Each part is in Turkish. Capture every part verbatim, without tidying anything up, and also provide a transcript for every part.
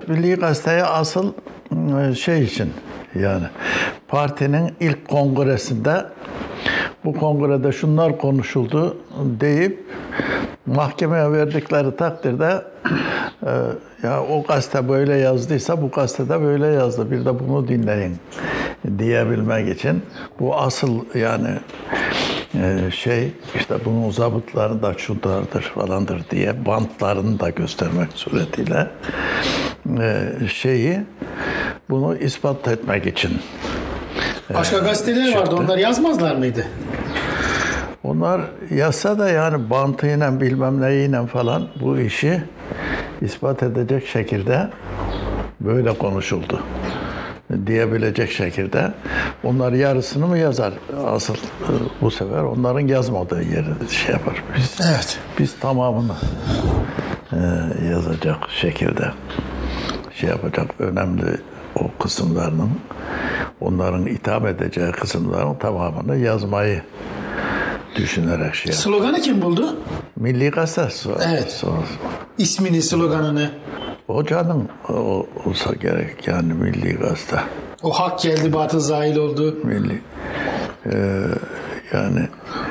Milli Gazete'ye asıl şey için, yani partinin ilk kongresinde bu kongrede şunlar konuşuldu deyip mahkemeye verdikleri takdirde e, ya o gazete böyle yazdıysa bu gazetede böyle yazdı, bir de bunu dinleyin diyebilmek için bu asıl yani e, şey işte bunun zabıtları da şudardır falandır diye bantlarını da göstermek suretiyle e, şeyi bunu ispat etmek için. Başka gazeteler çıktı. Vardı, onlar yazmazlar mıydı? Onlar yazsa da yani bantıyla bilmem neyle falan bu işi ispat edecek şekilde böyle konuşuldu diyebilecek şekilde. Onlar yarısını mı yazar? Asıl bu sefer onların yazmadığı yeri şey yapar. Biz, evet. Biz tamamını e, yazacak şekilde şey yapacak, önemli o kısımlarının, onların itham edeceği kısımların tamamını yazmayı düşünerek şey yaptı. Sloganı kim buldu? Milli Gazete. Evet. Sonra. İsmini, sloganını. Hocanın o, olsa gerek yani Milli Gazete. O hak geldi, batıl zahil oldu. Milli. Ee, yani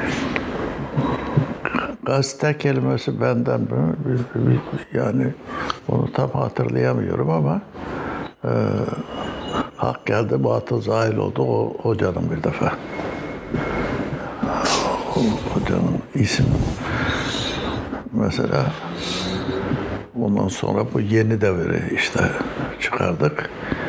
gazete kelimesi benden yani onu tam hatırlayamıyorum ama e, hak geldi, batıl zahil oldu o hocanın bir defa. O hocanın isim mesela ondan sonra bu yeni devri işte çıkardık.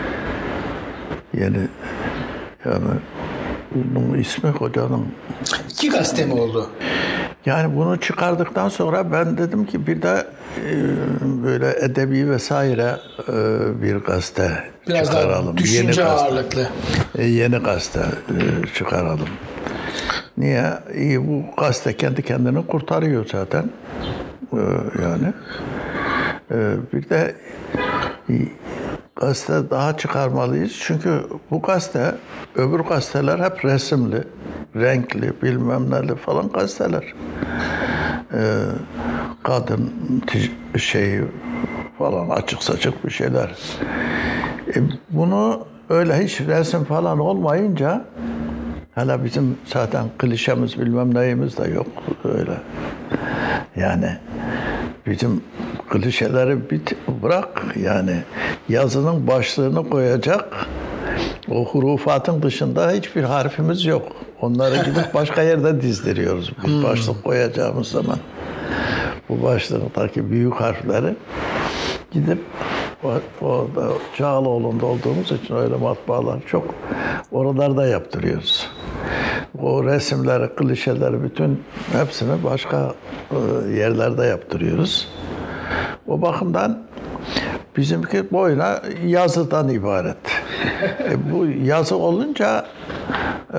Yeni yani bunun ismi hocanın. İki gazete mi oldu? Yani bunu çıkardıktan sonra ben dedim ki bir de e, böyle edebi vesaire e, bir gazete biraz çıkaralım. Daha düşünce yeni gazete, ağırlıklı. E, yeni gazete e, çıkaralım. Niye? İyi, bu gazete kendi kendini kurtarıyor zaten. E, yani. E, bir de e, gazete daha çıkarmalıyız. Çünkü bu gazete, öbür gazeteler hep resimli, renkli, bilmem neli falan gazeteler. Ee, kadın şeyi falan açık saçık bir şeyler. E, bunu öyle hiç resim falan olmayınca, hala bizim zaten klişemiz bilmem neyimiz de yok öyle. Yani bizim klişeleri bit bırak yani yazının başlığını koyacak o hurufatın dışında hiçbir harfimiz yok. Onları gidip başka yerde dizdiriyoruz. Bir başlık koyacağımız zaman bu başlıktaki büyük harfleri gidip orada Çağlaoğlu'nda olduğumuz için öyle matbaalar çok oralarda yaptırıyoruz. O resimleri, klişeleri bütün hepsini başka yerlerde yaptırıyoruz. O bakımdan bizimki boyuna yazıdan ibaret. e, bu yazı olunca e,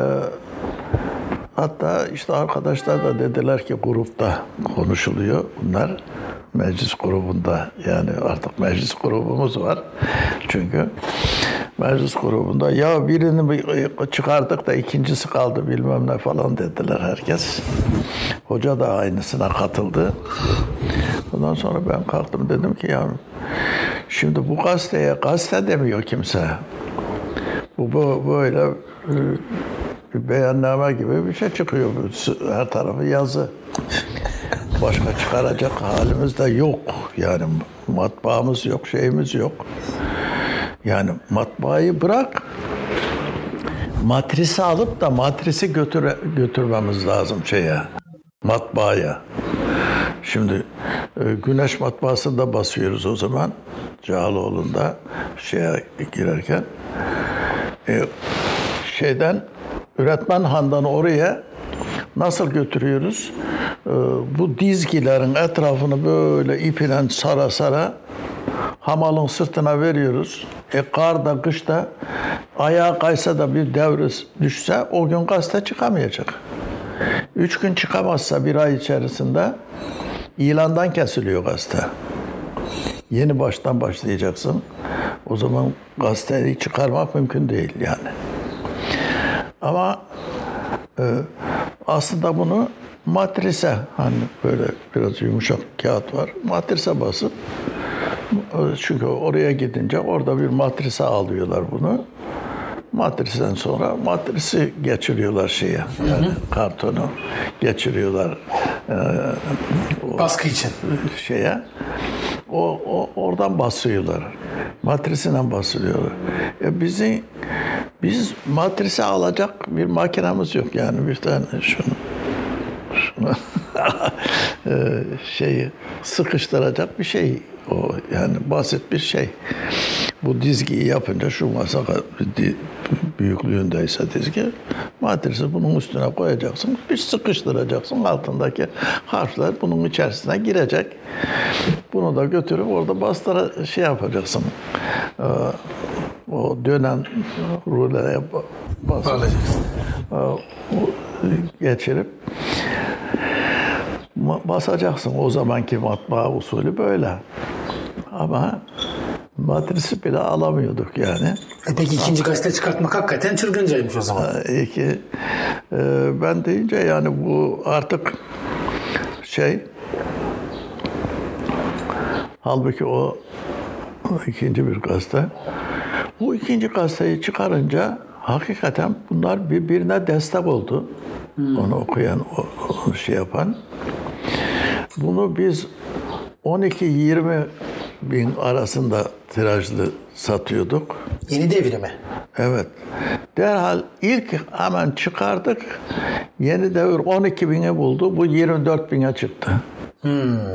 hatta işte arkadaşlar da dediler ki grupta konuşuluyor bunlar. Meclis grubunda yani artık meclis grubumuz var. Çünkü meclis grubunda ya birini çıkardık da ikincisi kaldı bilmem ne falan dediler herkes. Hoca da aynısına katıldı. Ondan sonra ben kalktım dedim ki ya şimdi bu gazeteye gazete demiyor kimse. Bu, bu böyle bir beyanname gibi bir şey çıkıyor. Her tarafı yazı. Başka çıkaracak halimiz de yok. Yani matbaamız yok, şeyimiz yok. Yani matbaayı bırak, matrisi alıp da matrisi götür, götürmemiz lazım şeye, matbaaya. Şimdi Güneş matbaasında basıyoruz o zaman, Cağaloğlu'nda şeye girerken. E, şeyden, Üretmenhan'dan oraya nasıl götürüyoruz? E, bu dizgilerin etrafını böyle ipiyle sara sara hamalın sırtına veriyoruz. E karda, kışta ayağa kaysa da bir devre düşse o gün gazete çıkamayacak. Üç gün çıkamazsa bir ay içerisinde ilandan kesiliyor gazete. Yeni baştan başlayacaksın. O zaman gazeteyi çıkarmak mümkün değil yani. Ama e, aslında bunu matrise, hani böyle biraz yumuşak kağıt var, matrise basıp Çünkü oraya gidince orada bir matrise alıyorlar bunu. Matristen sonra matrisi geçiriyorlar şeye. Yani kartonu geçiriyorlar. E, Baskı için. Şeye. O, o oradan basıyorlar. Matrisine basılıyorlar. E bizi biz matrise alacak bir makinamız yok yani bir tane şunu şunu şeyi sıkıştıracak bir şey o yani basit bir şey. Bu dizgiyi yapınca şu masa büyüklüğündeyse dizgi matrisi bunun üstüne koyacaksın. Bir sıkıştıracaksın. Altındaki harfler bunun içerisine girecek. Bunu da götürüp orada bastıra şey yapacaksın. O dönen ruleye basacaksın. Geçirip basacaksın. O zamanki matbaa usulü böyle. Ama matrisi bile alamıyorduk yani. E peki ikinci gazete çıkartmak hakikaten çılgıncaymış o zaman. İyi ki e, ben deyince yani bu artık şey halbuki o ikinci bir gazete. Bu ikinci gazeteyi çıkarınca hakikaten bunlar birbirine destek oldu. Hmm. Onu okuyan, onu şey yapan. Bunu biz on iki yirmi bin arasında tirajlı satıyorduk. Yeni devri mi? Evet. Derhal ilk hemen çıkardık. Yeni devir on iki bini buldu. Bu yirmi dört bine çıktı. Hmm.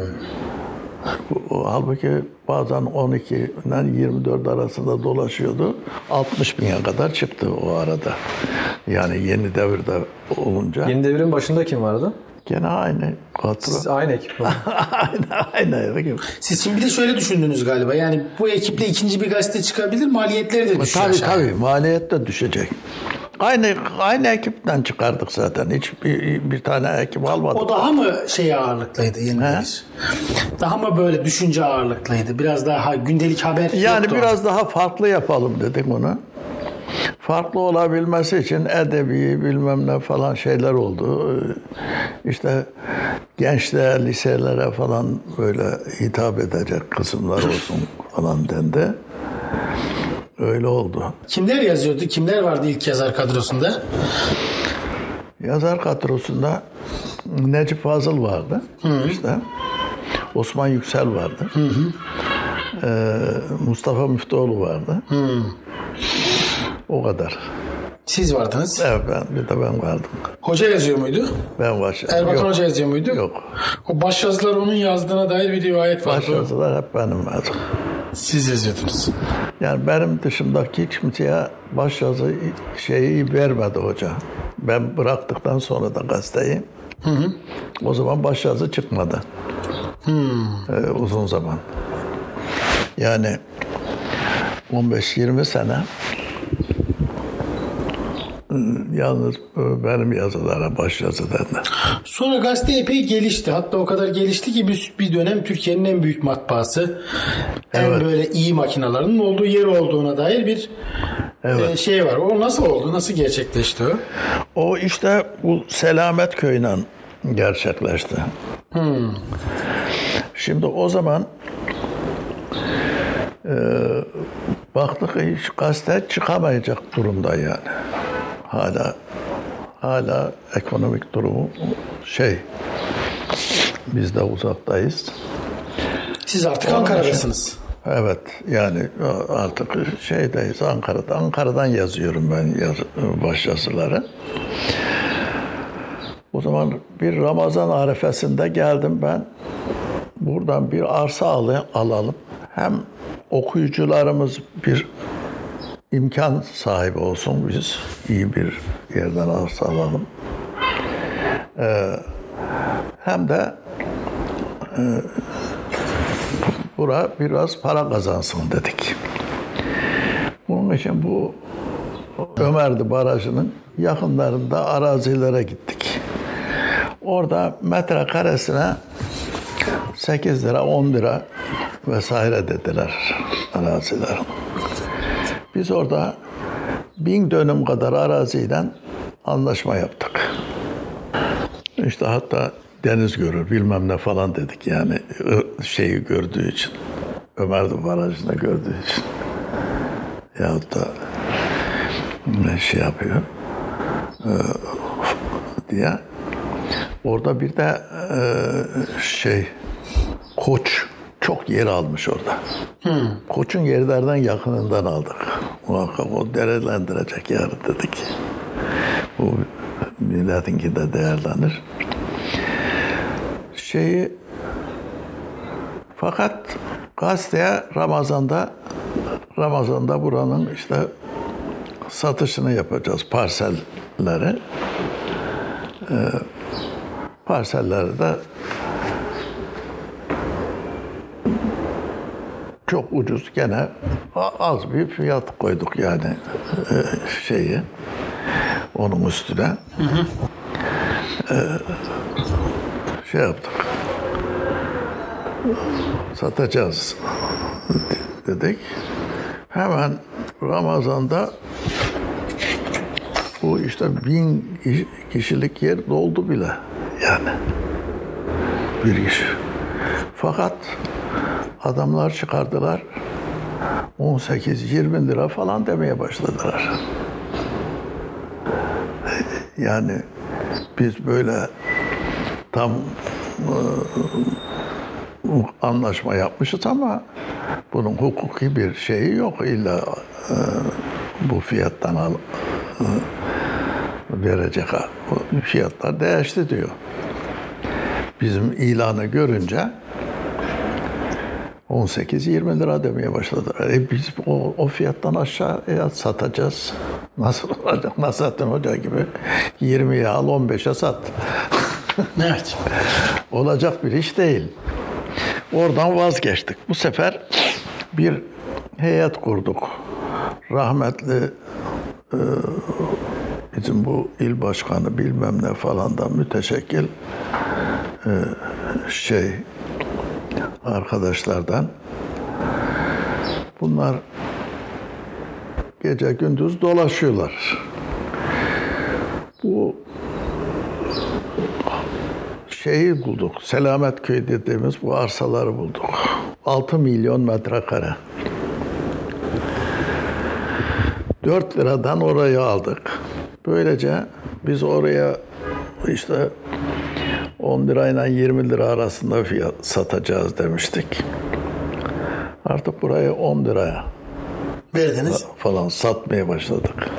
Bu, halbuki bazen on iki ile yirmi dört arasında dolaşıyordu. altmış bine kadar çıktı o arada. Yani yeni devirde olunca. Yeni devrin başında kim vardı? Gene aynı kadro. Siz aynı ekip mi? aynı, aynı ekip. Siz şimdi bir de şöyle düşündünüz galiba. Yani bu ekiple ikinci bir gazete çıkabilir, maliyetleri de düşüyor. Tabii aşağı. tabii, maliyet de düşecek. Aynı aynı ekipten çıkardık zaten. Hiç bir, bir tane ekip almadık. O daha mı şey ağırlıklıydı yeni devir? Daha mı böyle düşünce ağırlıklıydı? Biraz daha gündelik haber Yani yoktu. biraz daha farklı yapalım dedik onu. Farklı olabilmesi için edebi bilmem ne falan şeyler oldu. İşte gençler, liselere falan böyle hitap edecek kısımlar olsun falan dendi. Öyle oldu. Kimler yazıyordu? Kimler vardı ilk yazar kadrosunda? Yazar kadrosunda Necip Fazıl vardı. Hı-hı. İşte Osman Yüksel vardı. Hı hı. Ee, Mustafa Müftüoğlu vardı. Hı. O kadar. Siz vardınız. Evet, ben, bir de ben vardım. Hoca yazıyor muydu? Ben baş Erbakan Hoca yazıyor muydu? Yok. O başyazılar onun yazdığına dair bir rivayet vardı. Başyazılar hep benim vardı. Siz yazıyordunuz. Yani benim dışındaki hiç kimseye başyazı şeyi vermedi hoca. Ben bıraktıktan sonra da gazeteyi. Hı hı. O zaman başyazı çıkmadı. Hı. Ee, uzun zaman. Yani on beş yirmi sene yalnız benim yazılara başyazı dendi. Sonra gazete epey gelişti. Hatta o kadar gelişti ki bir, bir dönem Türkiye'nin en büyük matbaası, evet, en böyle iyi makinalarının olduğu yer olduğuna dair bir evet. e, şey var. O nasıl oldu? Nasıl gerçekleşti o? O işte bu Selamet Köyü'yle gerçekleşti. Hmm. Şimdi o zaman e, baktık hiç gazete çıkamayacak durumda yani. Hala hala ekonomik durumu şey, biz de uzaktayız. Siz artık Ankara'dasınız. Evet, yani artık şeydeyiz, Ankara'da. Ankara'dan yazıyorum ben yaz, başyazıları. O zaman bir Ramazan arifesinde geldim ben. Buradan bir arsa al- alalım. Hem okuyucularımız bir imkan sahibi olsun, biz iyi bir yerden arsa alalım. Ee, hem de e, bura biraz para kazansın dedik. Bunun için bu Ömerdi Barajı'nın yakınlarında arazilere gittik. Orada metrekaresine sekiz lira, on lira vesaire dediler arazilerin. Biz orada bin dönüm kadar araziyle anlaşma yaptık. İşte hatta deniz görür bilmem ne falan dedik yani şeyi gördüğü için. Ömerli Barajı'nda gördüğü için. Yahut da ne şey yapıyor e, diye. Orada bir de e, şey Koç çok yer almış orada. Hmm. Koç'un yerlerden yakınından aldık. Muhakkak o değerlendirecek yarın dedik. Bu milletinki de değerlenir. Şeyi fakat gazeteye Ramazan'da Ramazan'da buranın işte satışını yapacağız parselleri. Ee, parselleri de çok ucuz gene az bir fiyat koyduk yani e, şeyi onun üstüne. Hı hı. Ee, şey yaptık. Satacağız dedik. Hemen Ramazan'da bu işte bin kişilik yer doldu bile yani bir kişi. Fakat adamlar çıkardılar on sekiz yirmi lira falan demeye başladılar. Yani biz böyle tam anlaşma yapmışız ama bunun hukuki bir şeyi yok. İlla e, bu fiyattan al, e, verecek. Fiyatlar değişti diyor. Bizim ilanı görünce on sekiz yirmi lira demeye başladılar. E biz o, o fiyattan aşağıya satacağız. Nasıl olacak? Nasrettin Hoca gibi yirmiye al on beşe sat. Evet. Olacak bir iş değil. Oradan vazgeçtik. Bu sefer bir heyet kurduk. Rahmetli e, bizim bu il başkanı bilmem ne falan da müteşekkil e, şey arkadaşlardan. Bunlar gece gündüz dolaşıyorlar. Bu şeyi bulduk. Selametköy dediğimiz bu arsaları bulduk. altı milyon metrekare. dört liradan orayı aldık. Böylece biz oraya işte on lirayla yirmi lira arasında fiyat satacağız demiştik. Artık burayı on liraya verdiniz falan satmaya başladık.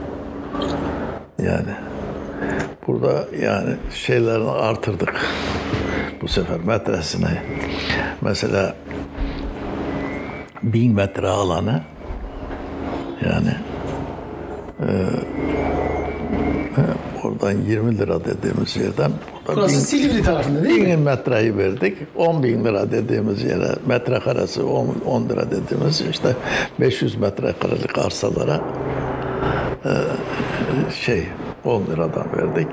Yani burada yani şeylerini artırdık. Bu sefer metresini mesela bin metre alanı yani e, oradan yirmi lira dediğimiz yerden burası bin, Silivri tarafında değil bin mi? Bin metreyi verdik. on bin lira dediğimiz yere metrekaresi on lira dediğimiz işte beş yüz metrekarelik arsalara e, şey on liradan verdik.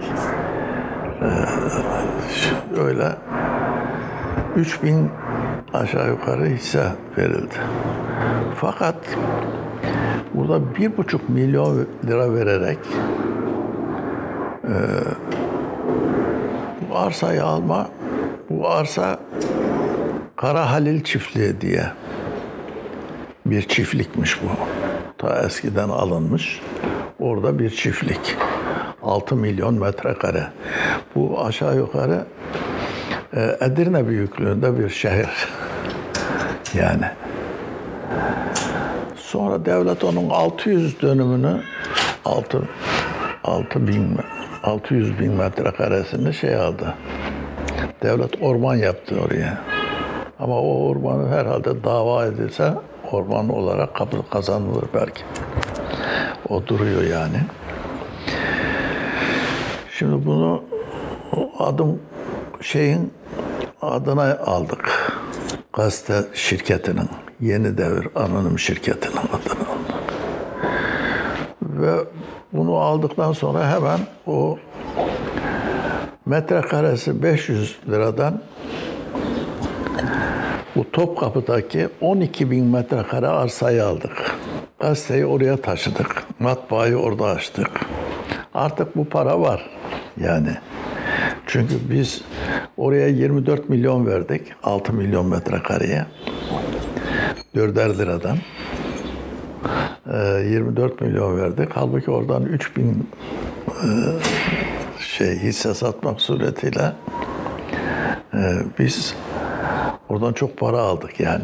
Ee, öyle üç bin aşağı yukarı hisse verildi. Fakat burada bir buçuk milyon lira vererek e, bu arsayı alma, bu arsa Kara Halil Çiftliği diye bir çiftlikmiş bu. Ta eskiden alınmış. Orada bir çiftlik. altı milyon metrekare. Bu aşağı yukarı e, Edirne büyüklüğünde bir şehir. Yani. Sonra devlet onun altı yüz dönümünü altı bin altı yüz bin metrekaresini şey aldı. Devlet orman yaptı oraya. Ama o ormanı herhalde dava edilse orman olarak kazanılır belki. O duruyor yani. Şimdi bunu adım şeyin adına aldık. Gazete şirketinin, Yeni Devir Anonim Şirketi'nin adını aldık. Ve bunu aldıktan sonra hemen o metrekaresi beş yüz liradan bu Topkapı'daki on iki bin metrekare arsayı aldık. Gazeteyi oraya taşıdık. Matbaayı orada açtık. Artık bu para var. Yani çünkü biz oraya yirmi dört milyon verdik. altı milyon metrekareye. dörder liradan yirmi dört milyon verdik. Halbuki oradan üç bin şey hisse satmak suretiyle biz oradan çok para aldık yani.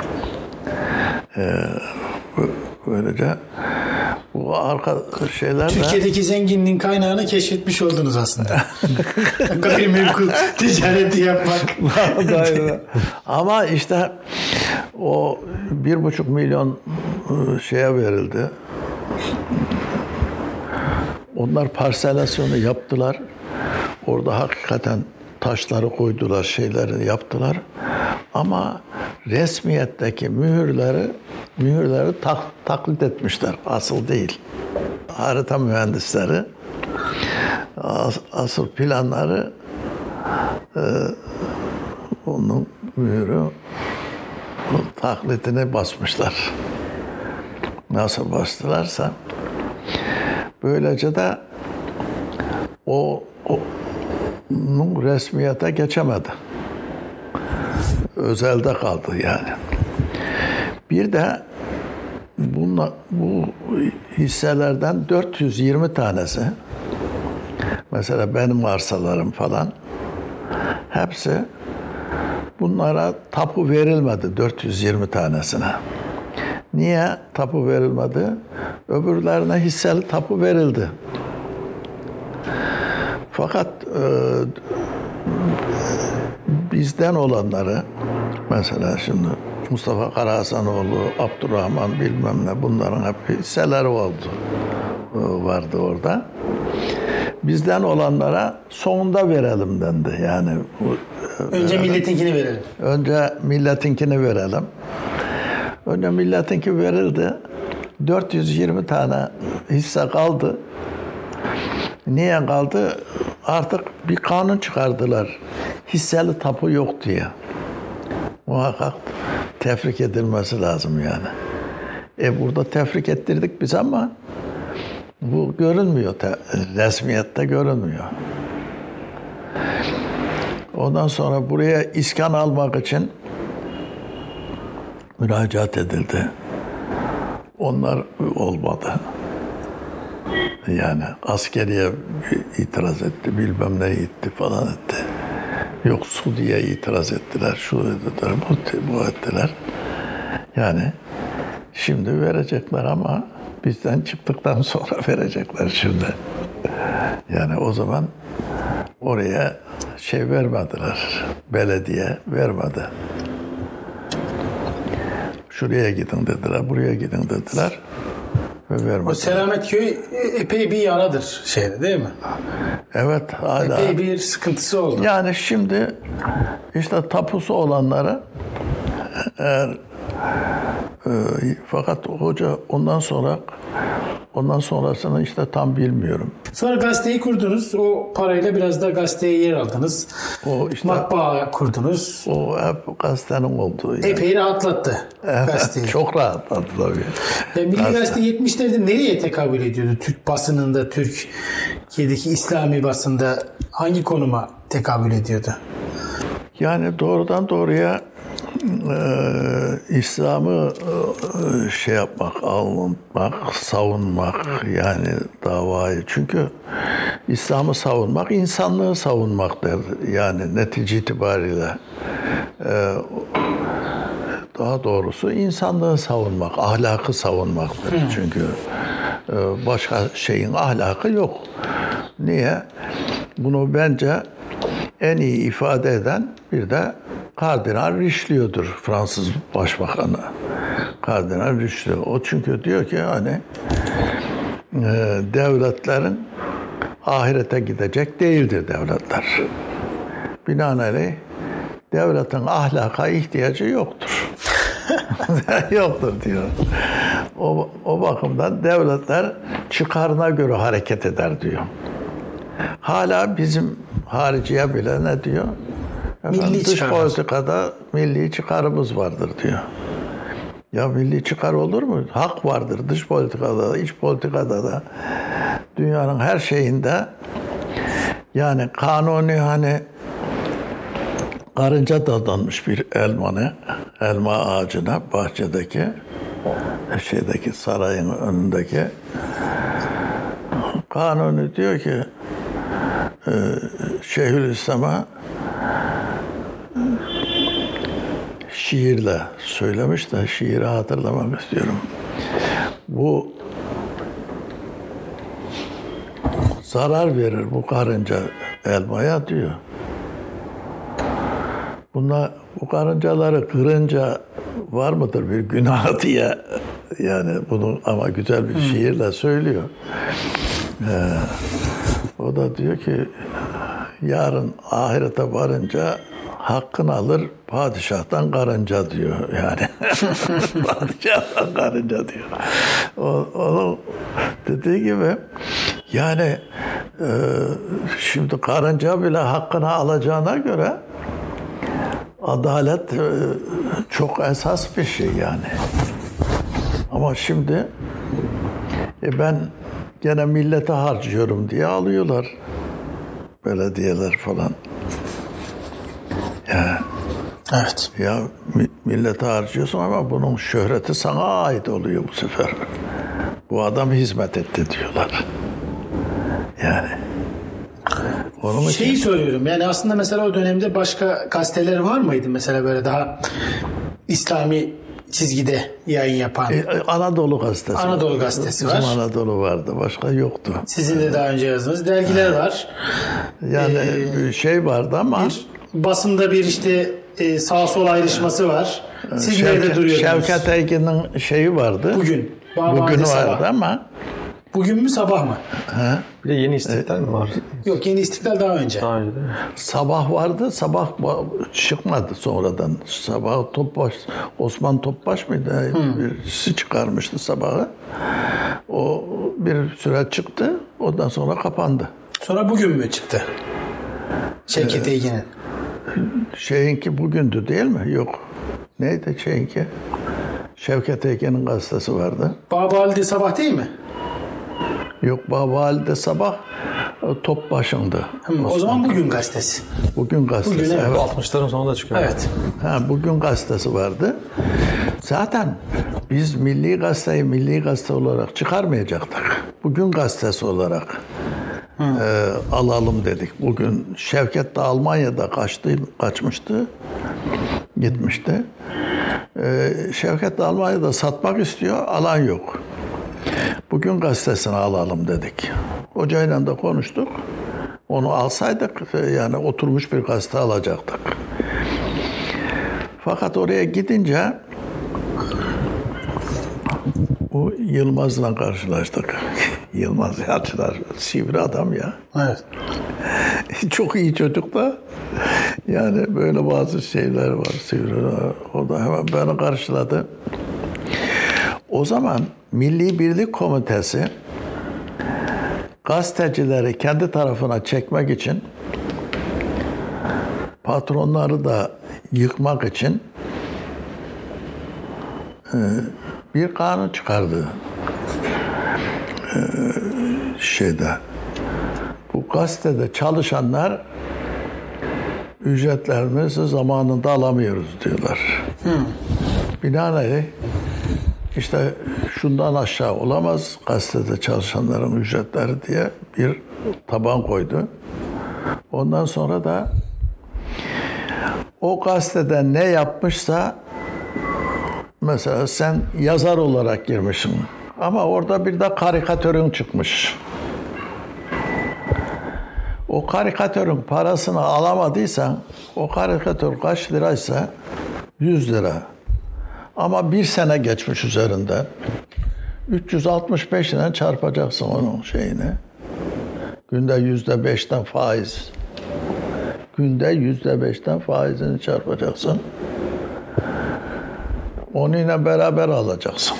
Böylece bu arka şeyler de... Türkiye'deki zenginliğin kaynağını keşfetmiş oldunuz aslında. Gayrimenkul ticareti yapmak. Ama işte o bir buçuk milyon şeye verildi. Onlar parselasyonu yaptılar. Orada hakikaten taşları koydular, şeyleri yaptılar. Ama resmiyetteki mühürleri mühürleri tak, taklit etmişler. Asıl değil. Harita mühendisleri as, asıl planları e, onun mühürü taklitini basmışlar. Nasıl bastılarsa böylece de o, o onun resmiyete geçemedi. Özelde kaldı yani. Bir de bunla, bu hisselerden dört yüz yirmi tanesi, mesela benim arsalarım falan, hepsi bunlara tapu verilmedi, dört yüz yirmi tanesine. Niye tapu verilmedi? Öbürlerine hisseli tapu verildi. Fakat e, bizden olanları, mesela şimdi Mustafa Karahasanoğlu, Abdurrahman bilmem ne, bunların hep hisseleri oldu, vardı orada. Bizden olanlara sonunda verelim dendi. Yani önce milletinkini verelim. Önce milletinkini verelim. Önce milletinki verildi. dört yüz yirmi tane hisse kaldı. Niye kaldı? Artık bir kanun çıkardılar. Hisseli tapu yok diye. Muhakkak tefrik edilmesi lazım yani. E burada tefrik ettirdik biz ama bu görünmüyor. Resmiyette görünmüyor. Ondan sonra buraya iskan almak için müracaat edildi. Onlar olmadı. Yani askeriye itiraz etti, bilmem ne gitti falan etti. Yok su diye itiraz ettiler, şu dediler, bu, bu ettiler. Yani şimdi verecekler ama bizden çıktıktan sonra verecekler şimdi. Yani o zaman oraya şey vermediler, belediye vermedi. Şuraya gidin dediler, buraya gidin dediler ve vermediler. O Selametköy epey bir yaradır şeyde değil mi? Evet, hala. Epey bir sıkıntısı oldu. Yani şimdi işte tapusu olanları eğer e, fakat hoca ondan sonra ondan sonrasını işte tam bilmiyorum. Sonra gazeteyi kurdunuz. O parayla biraz da gazeteye yer aldınız. O işte matbaa kurdunuz. O hep gazetenin olduğu. Yani. Epey rahatlattı gazeteyi. Çok rahatlattı tabii. Ya Milli Gazete, Gazete yetmişlerde nereye tekabül ediyordu? Türk basınında, Türkiye'deki İslami basında hangi konuma tekabül ediyordu? Yani doğrudan doğruya e, İslam'ı e, şey yapmak, anlatmak, savunmak yani davayı. Çünkü İslam'ı savunmak, insanlığı savunmaktır. Yani netice itibariyle e, daha doğrusu insanlığı savunmak, ahlakı savunmaktır. Hmm. Çünkü e, başka şeyin ahlakı yok. Niye? Bunu bence en iyi ifade eden bir de Kardinal Richelieu'dur, Fransız Başbakanı. Kardinal Richelieu. O çünkü diyor ki hani e, devletlerin ahirete gidecek değildir devletler. Binaenaleyh devletin ahlaka ihtiyacı yoktur. Yoktur diyor. O, o bakımdan devletler çıkarına göre hareket eder diyor. Hala bizim hariciye bile ne diyor? Efendim, milli dış çıkar. politikada milli çıkarımız vardır diyor. Ya milli çıkar olur mu? Hak vardır dış politikada da, iç politikada da. Dünyanın her şeyinde yani kanuni hani karınca dadanmış bir elmanı, elma ağacına, bahçedeki, şeydeki sarayın önündeki. Kanuni diyor ki e, Şeyhülislam'a şiirle söylemiş de şiiri hatırlamak istiyorum. Bu zarar verir bu karınca elmaya diyor. Bunlar, bu karıncaları kırınca var mıdır bir günah diye, yani bunu ama güzel bir şiirle söylüyor. Ee, o da diyor ki yarın ahirete varınca hakkını alır padişahtan karınca diyor yani. Padişahtan karınca diyor. O, onun dediği gibi yani e, şimdi karınca bile hakkını alacağına göre adalet e, çok esas bir şey yani. Ama şimdi e, ben gene millete harcıyorum diye alıyorlar belediyeler falan. Ya, evet. Ya millete harcıyorsun ama bunun şöhreti sana ait oluyor bu sefer. Bu adam hizmet etti diyorlar. Yani. Onun Şeyi için... söylüyorum yani aslında mesela o dönemde başka gazeteler var mıydı mesela böyle daha İslami çizgide yayın yapan? E, Anadolu Gazetesi. Anadolu Gazetesi var. Bizim Anadolu vardı. Başka yoktu. Sizin de daha önce yazdığınız dergiler var. Yani ee, şey vardı ama bir, basında bir işte e, sağ sol ayrışması var. Siz Şevket, nerede duruyordunuz? Şevket Eygin'in şeyi vardı. Bugün. Bugün vardı sabah. ama. Bugün mü sabah mı? He? Bir de Yeni İstiklal mi var? Yok, Yeni İstiklal daha önce. Daha önce değil mi? Sabah vardı. Sabah çıkmadı sonradan. Sabah Topbaş, Osman Topbaş mıydı? Hmm. Birisi çıkarmıştı sabahı. O bir süre çıktı. Ondan sonra kapandı. Sonra bugün mü çıktı? Şevket Eygin'in. Şeyinki bugündü değil mi? Yok. Neydi şeyinki? Şevket Eygin'in gazetesi vardı. Babali'de sabah değil mi? Yok, Babali'de sabah top başındı. Hmm, o zaman Bugün gazetesi. Bugün gazetesi. Bugün, evet. Evet. altmışların sonunda çıkıyor. Evet. Ha, Bugün gazetesi vardı. Zaten biz Milli Gazete'yi Milli Gazete olarak çıkarmayacaktık. Bugün gazetesi olarak e, alalım dedik. Bugün Şevket de Almanya'da kaçtı, kaçmıştı. Gitmişti. E, Şevket de Almanya'da satmak istiyor, alan yok. Bugün gazetesini alalım dedik. Hocayla da konuştuk. Onu alsaydık yani oturmuş bir gazete alacaktık. Fakat oraya gidince bu Yılmaz'la karşılaştık. Yılmaz Yalçılar sivri adam ya. Evet. Çok iyi çocuk da. Yani böyle bazı şeyler var sivri. O da hemen beni karşıladı. O zaman Milli Birlik Komitesi gazetecileri kendi tarafına çekmek için, patronları da yıkmak için bir kanun çıkardı. Şeyde. Bu gazetede çalışanlar ücretlerimizi zamanında alamıyoruz diyorlar. Hmm. Binaenaleyh İşte şundan aşağı olamaz gazetede çalışanların ücretleri diye bir taban koydu. Ondan sonra da o gazetede ne yapmışsa, mesela sen yazar olarak girmişsin ama orada bir de karikatörün çıkmış. O karikatörün parasını alamadıysan, o karikatör kaç liraysa yüz lira. Ama bir sene geçmiş üzerinden. üç yüz altmış beş ile çarpacaksın onun şeyini. Günde yüzde beşten faiz. Günde yüzde beşten faizini çarpacaksın. Onunla beraber alacaksın.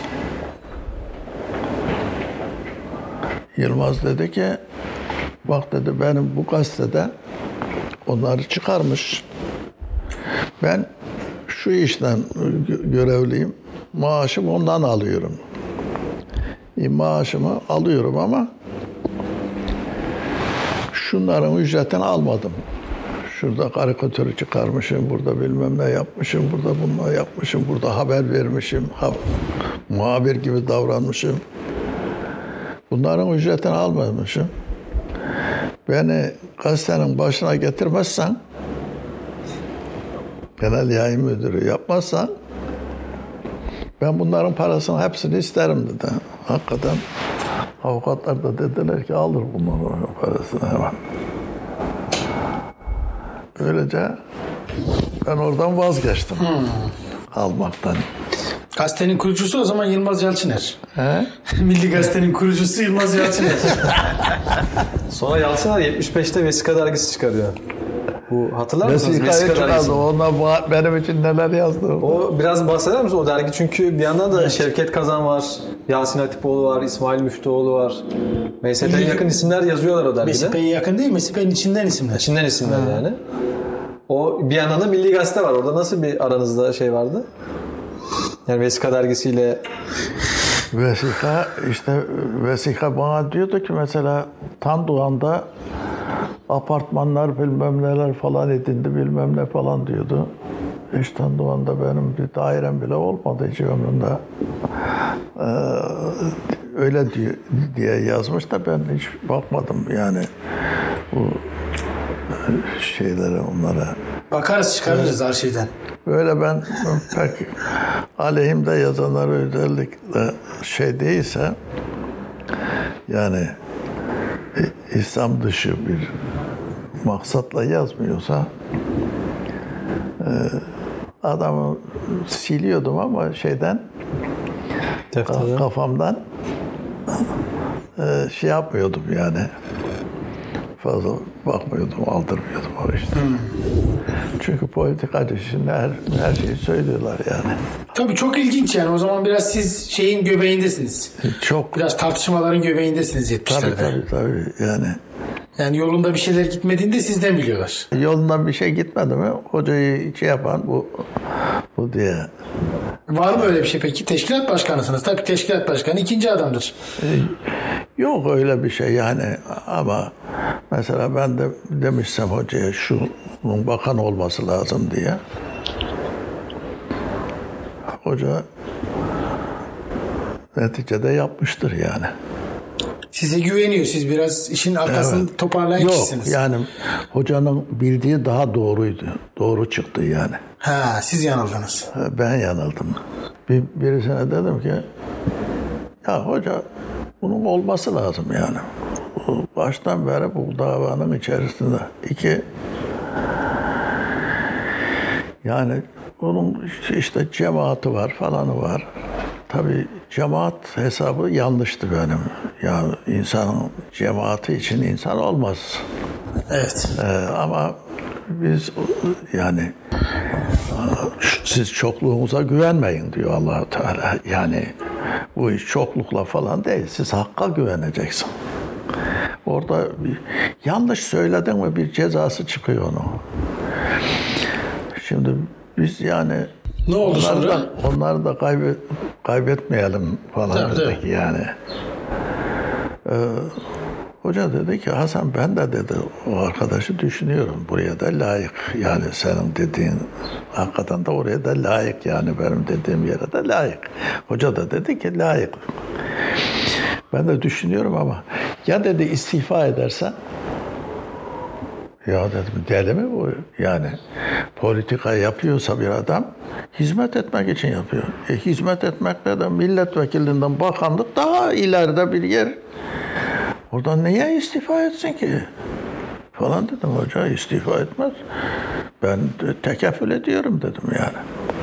Yılmaz dedi ki, bak dedi benim bu gazetede onları çıkarmış. Ben şu işten görevliyim. Maaşımı ondan alıyorum. E, maaşımı alıyorum ama şunların ücretini almadım. şurada karikatürü çıkarmışım, burada bilmem ne yapmışım, burada bunları yapmışım, burada haber vermişim, ha, muhabir gibi davranmışım. Bunların ücretini almamışım. Beni gazetenin başına getirmezsen, genel yayın müdürü yapmazsan, ben bunların parasını hepsini isterim dedi. Hakikaten avukatlar da dediler ki alır bunların parasını hemen. Böylece ben oradan vazgeçtim. Hmm. Almaktan. Gazetenin kurucusu o zaman Yılmaz Yalçıner. He? Milli Gazete'nin kurucusu Yılmaz Yalçıner. Sonra Yalçıner yetmiş beşte Vesika dergisi çıkarıyor. Bu hatırlar mısınız? Vesikayı çıkardı. Onlar benim için neler yazdı. O biraz bahseder misiniz o dergi? Çünkü bir yandan da Şevket Kazan var, Yasin Hatipoğlu var, İsmail Müftüoğlu var. M S P'ye yakın isimler yazıyorlar o dergide. M S P'ye yakın değil, M S P'nin içinden isimler. İçinden isimler ha. Yani. O bir yandan da Milli Gazete var. Orada nasıl bir aranızda şey vardı? Yani Vesika dergisiyle... Vesika, işte Vesika bana diyordu ki mesela Tandoğan'da apartmanlar bilmem neler falan edindi bilmem ne falan diyordu. Hiç Tandoğan'da benim bir dairem bile olmadı hiç ömrümde. Ee, öyle diye, diye yazmış da ben hiç bakmadım yani bu şeylere, onlara. Bakarız, çıkarırız evet. Arşivden. Böyle ben pek aleyhimde yazanlar özellikle şey değilse, yani İslam dışı bir maksatla yazmıyorsa adamı siliyordum ama şeyden Defterden. Kafamdan şey yapmıyordum yani. Fazla bakmıyordum, aldırmıyordum o işte. Hmm. Çünkü politikacı şimdi her, her şeyi söylüyorlar yani. Tabii çok ilginç yani. O zaman biraz siz şeyin göbeğindesiniz. Çok. Biraz tartışmaların göbeğindesiniz yetmişlerde. Tabii tabii tabii yani. Yani yolunda bir şeyler gitmediğinde sizden biliyorlar. Yolundan bir şey gitmedi mi hocayı şey yapan bu bu diye. Var mı öyle bir şey peki? Teşkilat başkanısınız. Tabii teşkilat başkanı ikinci adamdır. Yok öyle bir şey yani ama mesela ben de demişsem hocaya şunun bakan olması lazım diye. Hoca neticede yapmıştır yani. Size güveniyor. Siz biraz işin arkasını evet. toparlayan kişisiniz. Yok yani hocanın bildiği daha doğruydu. Doğru çıktı yani. Ha, siz yanıldınız. Ben yanıldım. Bir, birisine dedim ki ya hoca bunun olması lazım yani. Baştan beri bu davanın içerisinde. İki, yani bunun işte cemaati var falanı var. Tabii cemaat hesabı yanlıştı benim. Yani insanın cemaati için insan olmaz. Evet. Ee, ama biz yani siz çokluğunuza güvenmeyin diyor Allah-u Teala. Yani bu iş çoklukla falan değil. Siz hakka güveneceksin. Orada bir, yanlış söyledin mi bir cezası çıkıyor onun. Şimdi biz yani ne oldu onları sonra? Da, onları da kaybet, kaybetmeyelim falan tabii, dedik tabii. Yani. Ee, hoca dedi ki Hasan ben de dedi o arkadaşı düşünüyorum. Buraya da layık. Yani senin dediğin hakikaten de oraya da layık. Yani benim dediğim yere de layık. Hoca da dedi ki layık. Ben de düşünüyorum ama ya dedi istifa edersen ya dedim deli mi bu? Yani politika yapıyorsa bir adam hizmet etmek için yapıyor. E, hizmet etmekle de milletvekilinden bakanlık daha ileride bir yer. Oradan niye istifa etsin ki? Falan dedim hoca istifa etmez. Ben de tekeffül ediyorum dedim yani.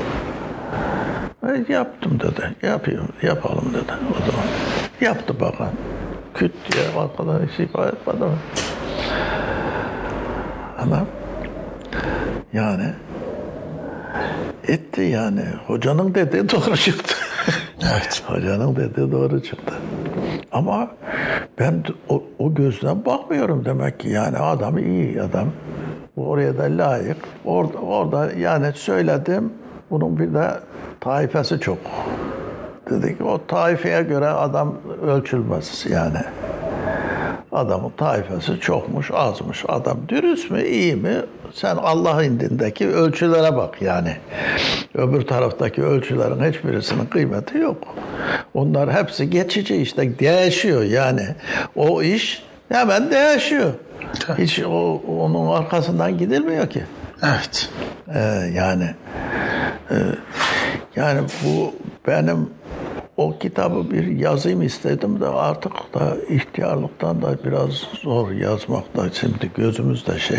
E, yaptım dedi. Yapıyorum, yapalım dedi o zaman. Yaptı bakan. Küt diye arkadan istifa etmedi mi? Ama yani etti yani. Hocanın dediği doğru çıktı. Evet. Hocanın dediği doğru çıktı. Ama ben o, o gözden bakmıyorum demek ki. Yani adam iyi adam. Oraya da layık. Orada, orada yani söyledim. Bunun bir de taifesi çok. Dedi ki o taifeye göre adam ölçülmez yani. Adamın taifesi çokmuş, azmış. Adam dürüst mü, iyi mi? Sen Allah indindeki ölçülere bak yani. Öbür taraftaki ölçülerin hiçbirisinin kıymeti yok. Onlar hepsi geçici işte, değişiyor yani. O iş hemen değişiyor. Hiç o, onun arkasından gidilmiyor ki. Evet. Ee, yani e, yani bu benim o kitabı bir yazayım istedim de artık da ihtiyarlıktan da biraz zor yazmakta. Şimdi gözümüzde şey.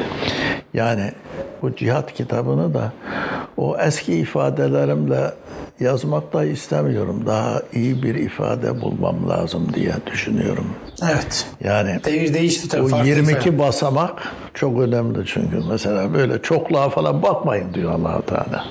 Yani bu cihat kitabını da o eski ifadelerimle yazmak da istemiyorum. Daha iyi bir ifade bulmam lazım diye düşünüyorum. Evet. Yani devir değişti tabii. o yirmi iki ifade. Basamak çok önemli çünkü. Mesela böyle çokluğa falan bakmayın diyor Allah-u Teala.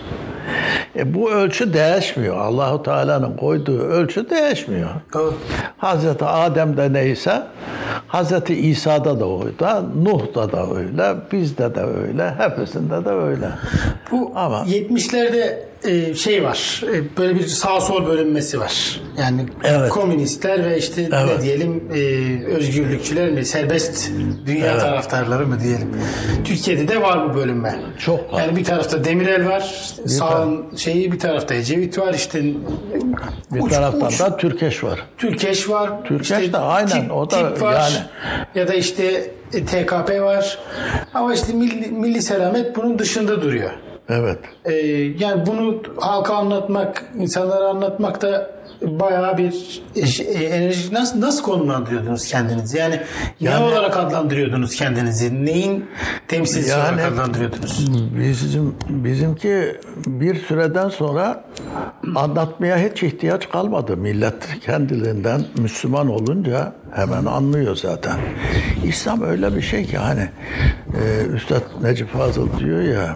E bu ölçü değişmiyor. Allah-u Teala'nın koyduğu ölçü değişmiyor. Doğru. Hazreti Adem'de neyse, Hazreti İsa'da da öyle, Nuh'da da öyle, bizde de öyle, hepsinde de öyle. Bu ama yetmişlerde e, şey var, e, böyle bir sağ sol bölünmesi var. Yani evet. Komünistler ve işte evet. ne diyelim e, özgürlükçüler mi, serbest dünya evet. taraftarları mı diyelim. Türkiye'de de var bu bölünme. Çok var. Yani bir tarafta Demirel var, bir sağın tar- şeyi bir tarafta Ecevit var, işte bir uç, taraftan uç. da Türkeş var. Türkeş var. Türkeş işte de aynen tip, o da tip var. Yani ya da işte T K P var. Ama işte milli, milli selamet bunun dışında duruyor. Evet. Ee, yani bunu halka anlatmak, insanlara anlatmak da bayağı bir şey, enerji. Nasıl nasıl konumlandırıyordunuz kendinizi? Yani, yani ne olarak adlandırıyordunuz kendinizi? Neyin temsilcisi yani, olarak adlandırıyordunuz? Bizim bizimki bir süreden sonra anlatmaya hiç ihtiyaç kalmadı. Millet kendiliğinden Müslüman olunca hemen anlıyor zaten. İslam öyle bir şey ki hani e, Üstad Necip Fazıl diyor ya,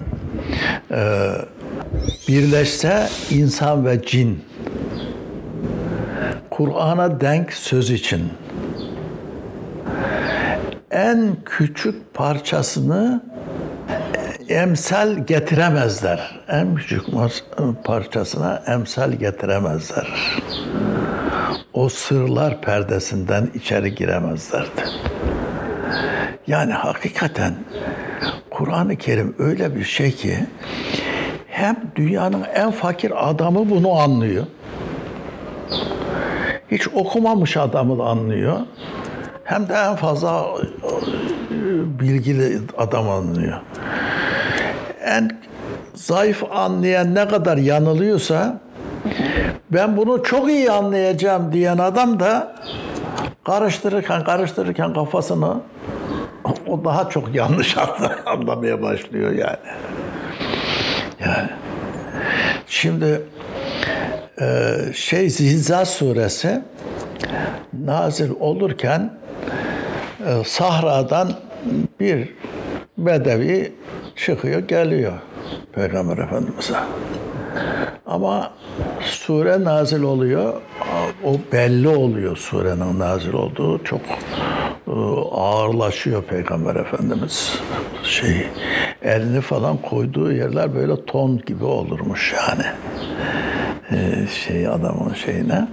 e, birleşse insan ve cin Kur'an'a denk söz için en küçük parçasını emsal getiremezler. En küçük parçasına emsal getiremezler. O sırlar perdesinden içeri giremezlerdi. Yani hakikaten Kur'an-ı Kerim öyle bir şey ki hem dünyanın en fakir adamı bunu anlıyor. Hiç okumamış adamı da anlıyor. Hem de en fazla bilgili adam anlıyor. En zayıf anlayan ne kadar yanılıyorsa ben bunu çok iyi anlayacağım diyen adam da karıştırırken karıştırırken kafasını o daha çok yanlış anlamaya başlıyor yani. Yani şimdi şey Zilzal suresi nazil olurken sahradan bir bedevi çıkıyor geliyor Peygamber Efendimiz'e. Ama sure nazil oluyor. O belli oluyor surenin nazil olduğu. Çok ağırlaşıyor Peygamber Efendimiz. Şey, elini falan koyduğu yerler böyle ton gibi olurmuş yani. Şey adamın şeyine.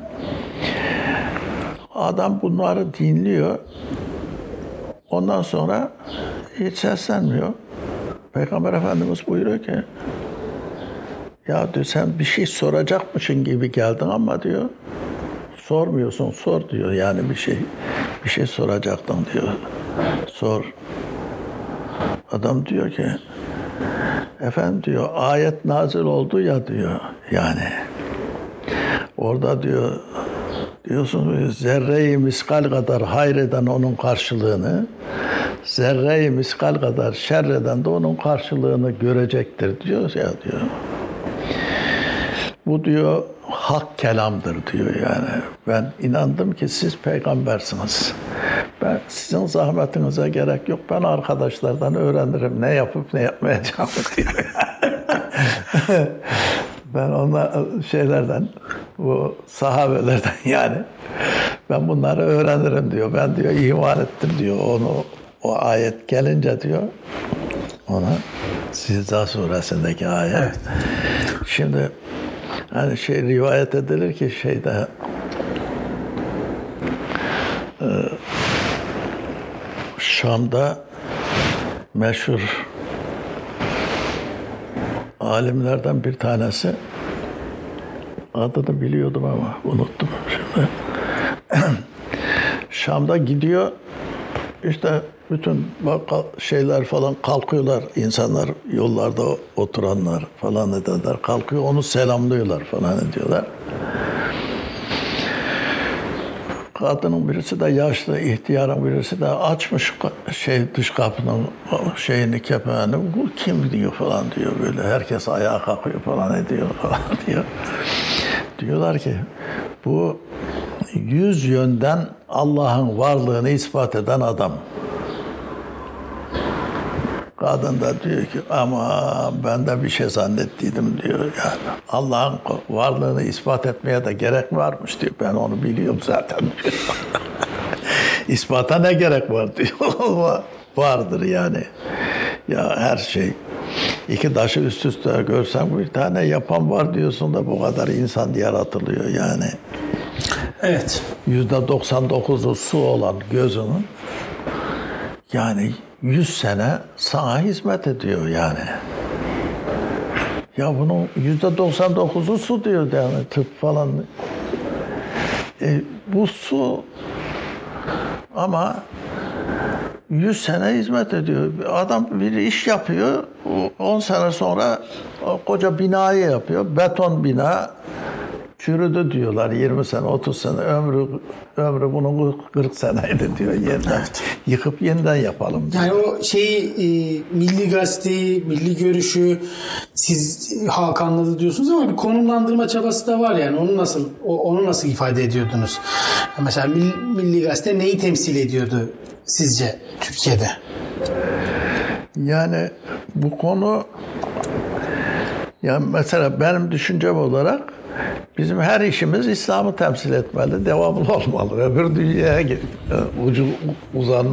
Adam bunları dinliyor. Ondan sonra hiç seslenmiyor. Peygamber Efendimiz buyuruyor ki ya diyor sen bir şey soracakmışsın gibi geldin ama diyor sormuyorsun, sor diyor. Yani bir şey bir şey soracaktın diyor. Sor. Adam diyor ki efendim diyor ayet nazil oldu ya diyor. Yani orada diyor diyorsunuz zerre-i miskal kadar hayreden onun karşılığını, zerre-i miskal kadar şerreden de onun karşılığını görecektir diyor ya diyor. Bu diyor hak kelamdır diyor yani. Ben inandım ki siz peygambersiniz. Ben sizin zahmetinize gerek yok. Ben arkadaşlardan öğrenirim ne yapıp ne yapmayacağımı diyor. Ben onlar şeylerden, bu sahabelerden yani ben bunları öğrenirim diyor. Ben diyor iman ettim diyor. Onu o ayet gelince diyor ona Zilzal suresindeki ayet. Evet. Şimdi hani şey rivayet edilir ki şeyde e, Şam'da meşhur alimlerden bir tanesi, adını biliyordum ama unuttum şimdi. Şam'da gidiyor, işte bütün şeyler falan kalkıyorlar, insanlar yollarda oturanlar falan edenler kalkıyor, onu selamlıyorlar falan ediyorlar. Kadının birisi de yaşlı, ihtiyarın birisi de açmış şey dış kapının şeyini, kepeğini. Bu kim diyor falan diyor böyle. Herkes ayağa kalkıyor falan ediyor falan diyor. Diyorlar ki bu yüz yönden Allah'ın varlığını ispat eden adam. Kadın da diyor ki ama ben de bir şey zannettiydim diyor yani. Allah'ın varlığını ispat etmeye de gerek varmış diyor. Ben onu biliyorum zaten diyor. İspata ne gerek var diyor. Vardır yani. Ya her şey. İki taşı üst üste görsen bir tane yapan var diyorsun da bu kadar insan yaratılıyor yani. Evet. yüzde doksan dokuzu su olan gözünün yani yüz sene sana hizmet ediyor yani. Ya bunun yüzde doksan dokuzu su diyor yani tıp falan. E, bu su ama yüz sene hizmet ediyor. Adam bir iş yapıyor, on sene sonra koca binayı yapıyor. Beton bina çürüdü diyorlar yirmi sene, otuz sene. Ömrü ömrü bunun kırk seneydi diyor yeniden. Evet. Yıkıp yeniden yapalım diyor. Yani o şeyi e, Milli Gazete'yi, Milli Görüş'ü siz halk anladı diyorsunuz ama bir konumlandırma çabası da var yani. Onu nasıl o, onu nasıl ifade ediyordunuz? Mesela Milli, Milli Gazete neyi temsil ediyordu sizce Türkiye'de? Yani bu konu yani mesela benim düşüncem olarak bizim her işimiz İslam'ı temsil etmeli, devamlı olmalı. Öbür dünyaya ucu uzanmalı.